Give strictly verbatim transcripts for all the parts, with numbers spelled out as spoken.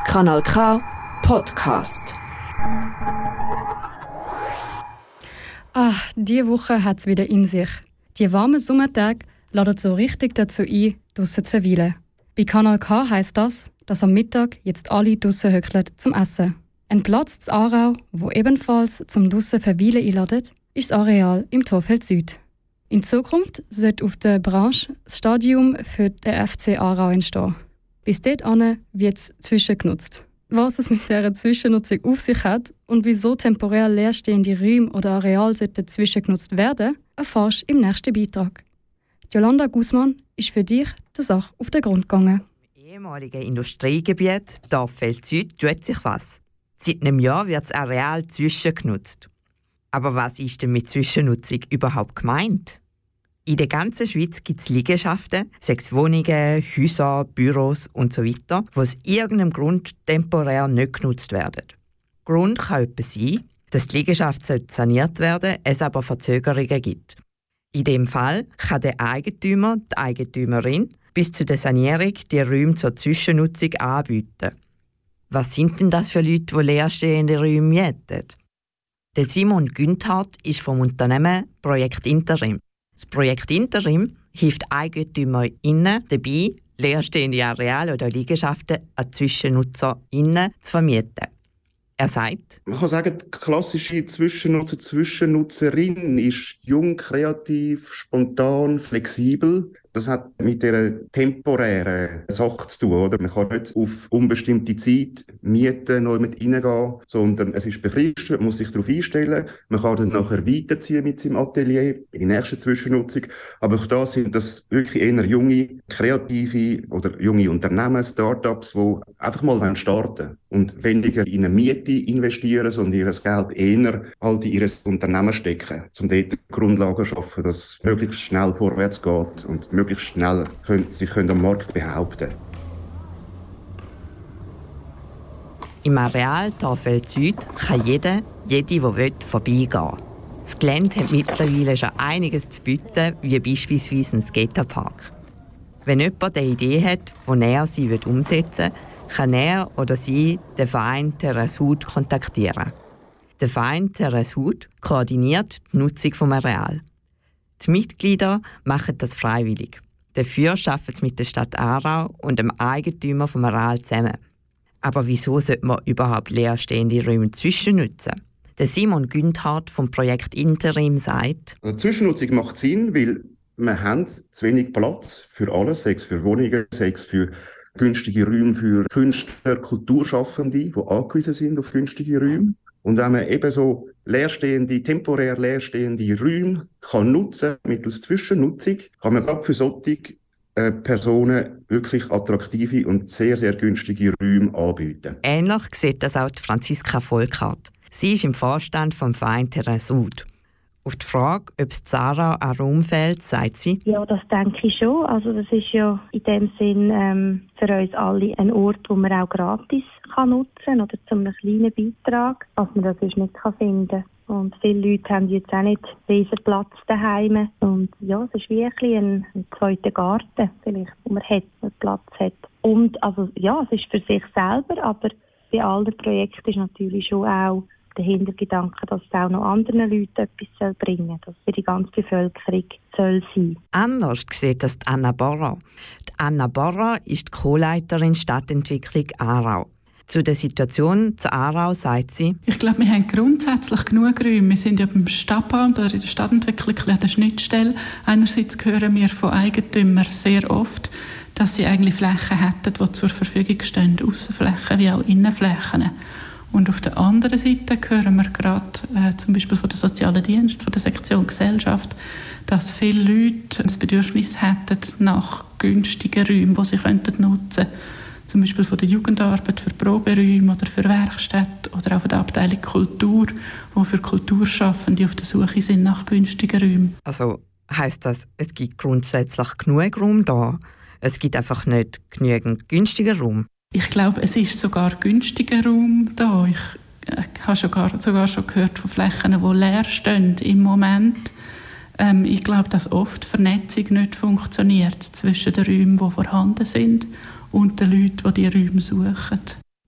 Kanal K Podcast. Ah, diese Woche hat es wieder in sich. Die warmen Sommertage laden so richtig dazu ein, draussen zu verweilen. Bei Kanal K heisst das, dass am Mittag jetzt alle draussen hückeln zum Essen. Ein Platz zu Aarau, wo ebenfalls zum draussen verweilen einladet, ist das Areal im Thorfeld Süd. In Zukunft sollte auf der Branche das Stadion für den F C Aarau entstehen. Bis dahin wird es zwischengenutzt. Was es mit dieser Zwischennutzung auf sich hat und wieso temporär leerstehende Räume oder Areale zwischengenutzt werden, erfährst du im nächsten Beitrag. Jolanda Guzman ist für dich der Sache auf den Grund gegangen. Im ehemaligen Industriegebiet Thorfeld Süd tut sich was. Seit einem Jahr wird das Areal zwischengenutzt. Aber was ist denn mit Zwischennutzung überhaupt gemeint? In der ganzen Schweiz gibt es Liegenschaften, sechs Wohnungen, Häuser, Büros und so weiter, die aus irgendeinem Grund temporär nicht genutzt werden. Grund kann etwas sein, dass die Liegenschaft saniert werden soll, es aber Verzögerungen gibt. In dem Fall kann der Eigentümer, die Eigentümerin, bis zu der Sanierung die Räume zur Zwischennutzung anbieten. Was sind denn das für Leute, die leerstehende Räume mieten? Der Simon Günthardt ist vom Unternehmen Projekt Interim. Das Projekt Interim hilft EigentümerInnen dabei, leerstehende Areale oder Liegenschaften an ZwischennutzerInnen zu vermieten. Er sagt: Man kann sagen, die klassische Zwischennutzer, Zwischennutzerin ist jung, kreativ, spontan, flexibel. Das hat mit dieser temporären Sache zu tun, oder? Man kann nicht auf unbestimmte Zeit mieten, neu mit reingehen, sondern es ist befristet, man muss sich darauf einstellen. Man kann dann nachher weiterziehen mit seinem Atelier in die nächste Zwischennutzung. Aber auch da sind das wirklich eher junge, kreative oder junge Unternehmen, Start-ups, die einfach mal starten wollen und weniger in eine Miete investieren, sondern ihr Geld eher halt in ihr Unternehmen stecken, um dort Grundlagen zu schaffen, dass es möglichst schnell vorwärts geht und möglichst schnell können, sich können am Markt behaupten. Im Areal Thorfeld Süd kann jeder, jede, der will, vorbeigehen. Das Gelände hat mittlerweile schon einiges zu bieten, wie beispielsweise ein Skaterpark. Wenn jemand eine Idee hat, die er sie umsetzen will, kann er oder sie den Verein Terra Sud kontaktieren. Der Verein Terra Sud koordiniert die Nutzung des Areals. Die Mitglieder machen das freiwillig. Dafür arbeiten sie mit der Stadt Aarau und dem Eigentümer des Areals zusammen. Aber wieso sollte man überhaupt leerstehende Räume zwischennutzen? Der Simon Günthardt vom Projekt Interim sagt: also die Zwischennutzung macht Sinn, weil wir haben zu wenig Platz für alles, sei es für Wohnungen, sei es für günstige Räume für Künstler, Kulturschaffende, die angewiesen sind auf günstige Räume. Und wenn man eben so leerstehende, temporär leerstehende Räume kann nutzen mittels Zwischennutzung, kann man gerade für solche äh, Personen wirklich attraktive und sehr, sehr günstige Räume anbieten. Ähnlich sieht das auch Franziska Volkart. Sie ist im Vorstand vom Verein Terra Sud. Auf die Frage, ob es Zara an Raum fehlt, sagt sie: Ja, das denke ich schon. Also das ist ja in dem Sinn ähm, für uns alle ein Ort, wo man auch gratis kann nutzen kann oder zu einem kleinen Beitrag, was man das sonst nicht kann finden. Und viele Leute haben jetzt auch nicht diesen Platz daheim. Und ja, es ist wie ein, ein, ein zweiter Garten, vielleicht, wo man hat, wo man Platz hat. Und also ja, es ist für sich selber, aber bei allen Projekten ist natürlich schon auch der Hintergedanke, dass es auch noch anderen Leuten etwas bringen soll, dass es für die ganze Bevölkerung soll sein. Anders sieht das Anna Borra. Die Anna Borra ist die Co-Leiterin Stadtentwicklung Aarau. Zu der Situation zu Aarau sagt sie: Ich glaube, wir haben grundsätzlich genug Räume. Wir sind ja beim Stadtbau oder in der Stadtentwicklung an der Schnittstelle. Einerseits hören wir von Eigentümern sehr oft, dass sie eigentlich Flächen hätten, die zur Verfügung stehen, Aussenflächen wie auch Innenflächen. Und auf der anderen Seite hören wir gerade äh, zum Beispiel von der sozialen Dienst, von der Sektion Gesellschaft, dass viele Leute das Bedürfnis hätten nach günstigen Räumen, die sie könnten nutzen könnten. Zum Beispiel von der Jugendarbeit für Proberäume oder für Werkstätten oder auch von der Abteilung Kultur, die für Kulturschaffende auf der Suche sind nach günstigen Räumen. Also heisst das, es gibt grundsätzlich genug Raum da, es gibt einfach nicht genügend günstigen Raum? Ich glaube, es ist sogar günstiger Raum da. Ich äh, habe sogar, sogar schon gehört von Flächen, die leer stehen im Moment. Ähm, ich glaube, dass oft Vernetzung nicht funktioniert zwischen den Räumen, die vorhanden sind, und den Leuten, die diese Räume suchen.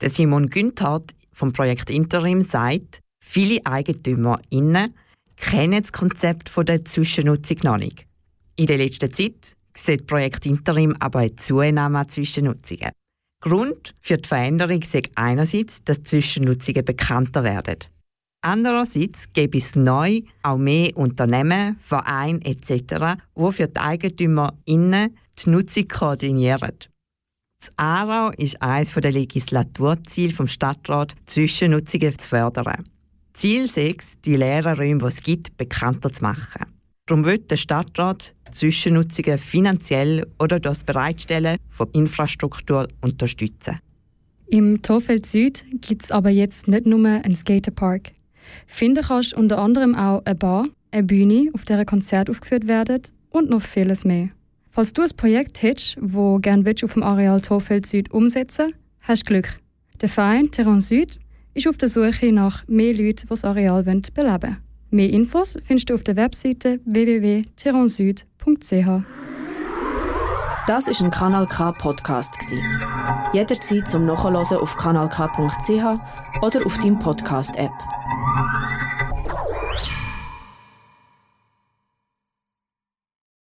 Der Simon Günthardt vom Projekt Interim sagt, viele EigentümerInnen kennen das Konzept der Zwischennutzung noch nicht. In der letzten Zeit sieht Projekt Interim aber eine Zunahme an Zwischennutzungen. Grund für die Veränderung ist einerseits, dass Zwischennutzungen bekannter werden. Andererseits gäbe es neu auch mehr Unternehmen, Vereine et cetera, die für die EigentümerInnen die Nutzung koordinieren. Das Aarau ist eines der Legislaturziele des Stadtrats, Zwischennutzungen zu fördern. Ziel sechs, die leeren Räume, die es gibt, bekannter zu machen. Darum will der Stadtrat Zwischennutzungen finanziell oder das Bereitstellen von Infrastruktur unterstützen. Im Thorfeld Süd gibt es aber jetzt nicht nur einen Skaterpark. Finden kannst du unter anderem auch eine Bar, eine Bühne, auf der Konzerte aufgeführt werden und noch vieles mehr. Falls du ein Projekt hast, das gerne auf dem Areal Thorfeld Süd umsetzen willst, hast du Glück. Der Verein Terrain Süd ist auf der Suche nach mehr Leuten, die das Areal beleben wollen. Mehr Infos findest du auf der Webseite w w w punkt terransüd punkt c h. Das war ein Kanal K Podcast. Jederzeit zum Nachhören auf kanal k punkt c h oder auf deinem Podcast-App.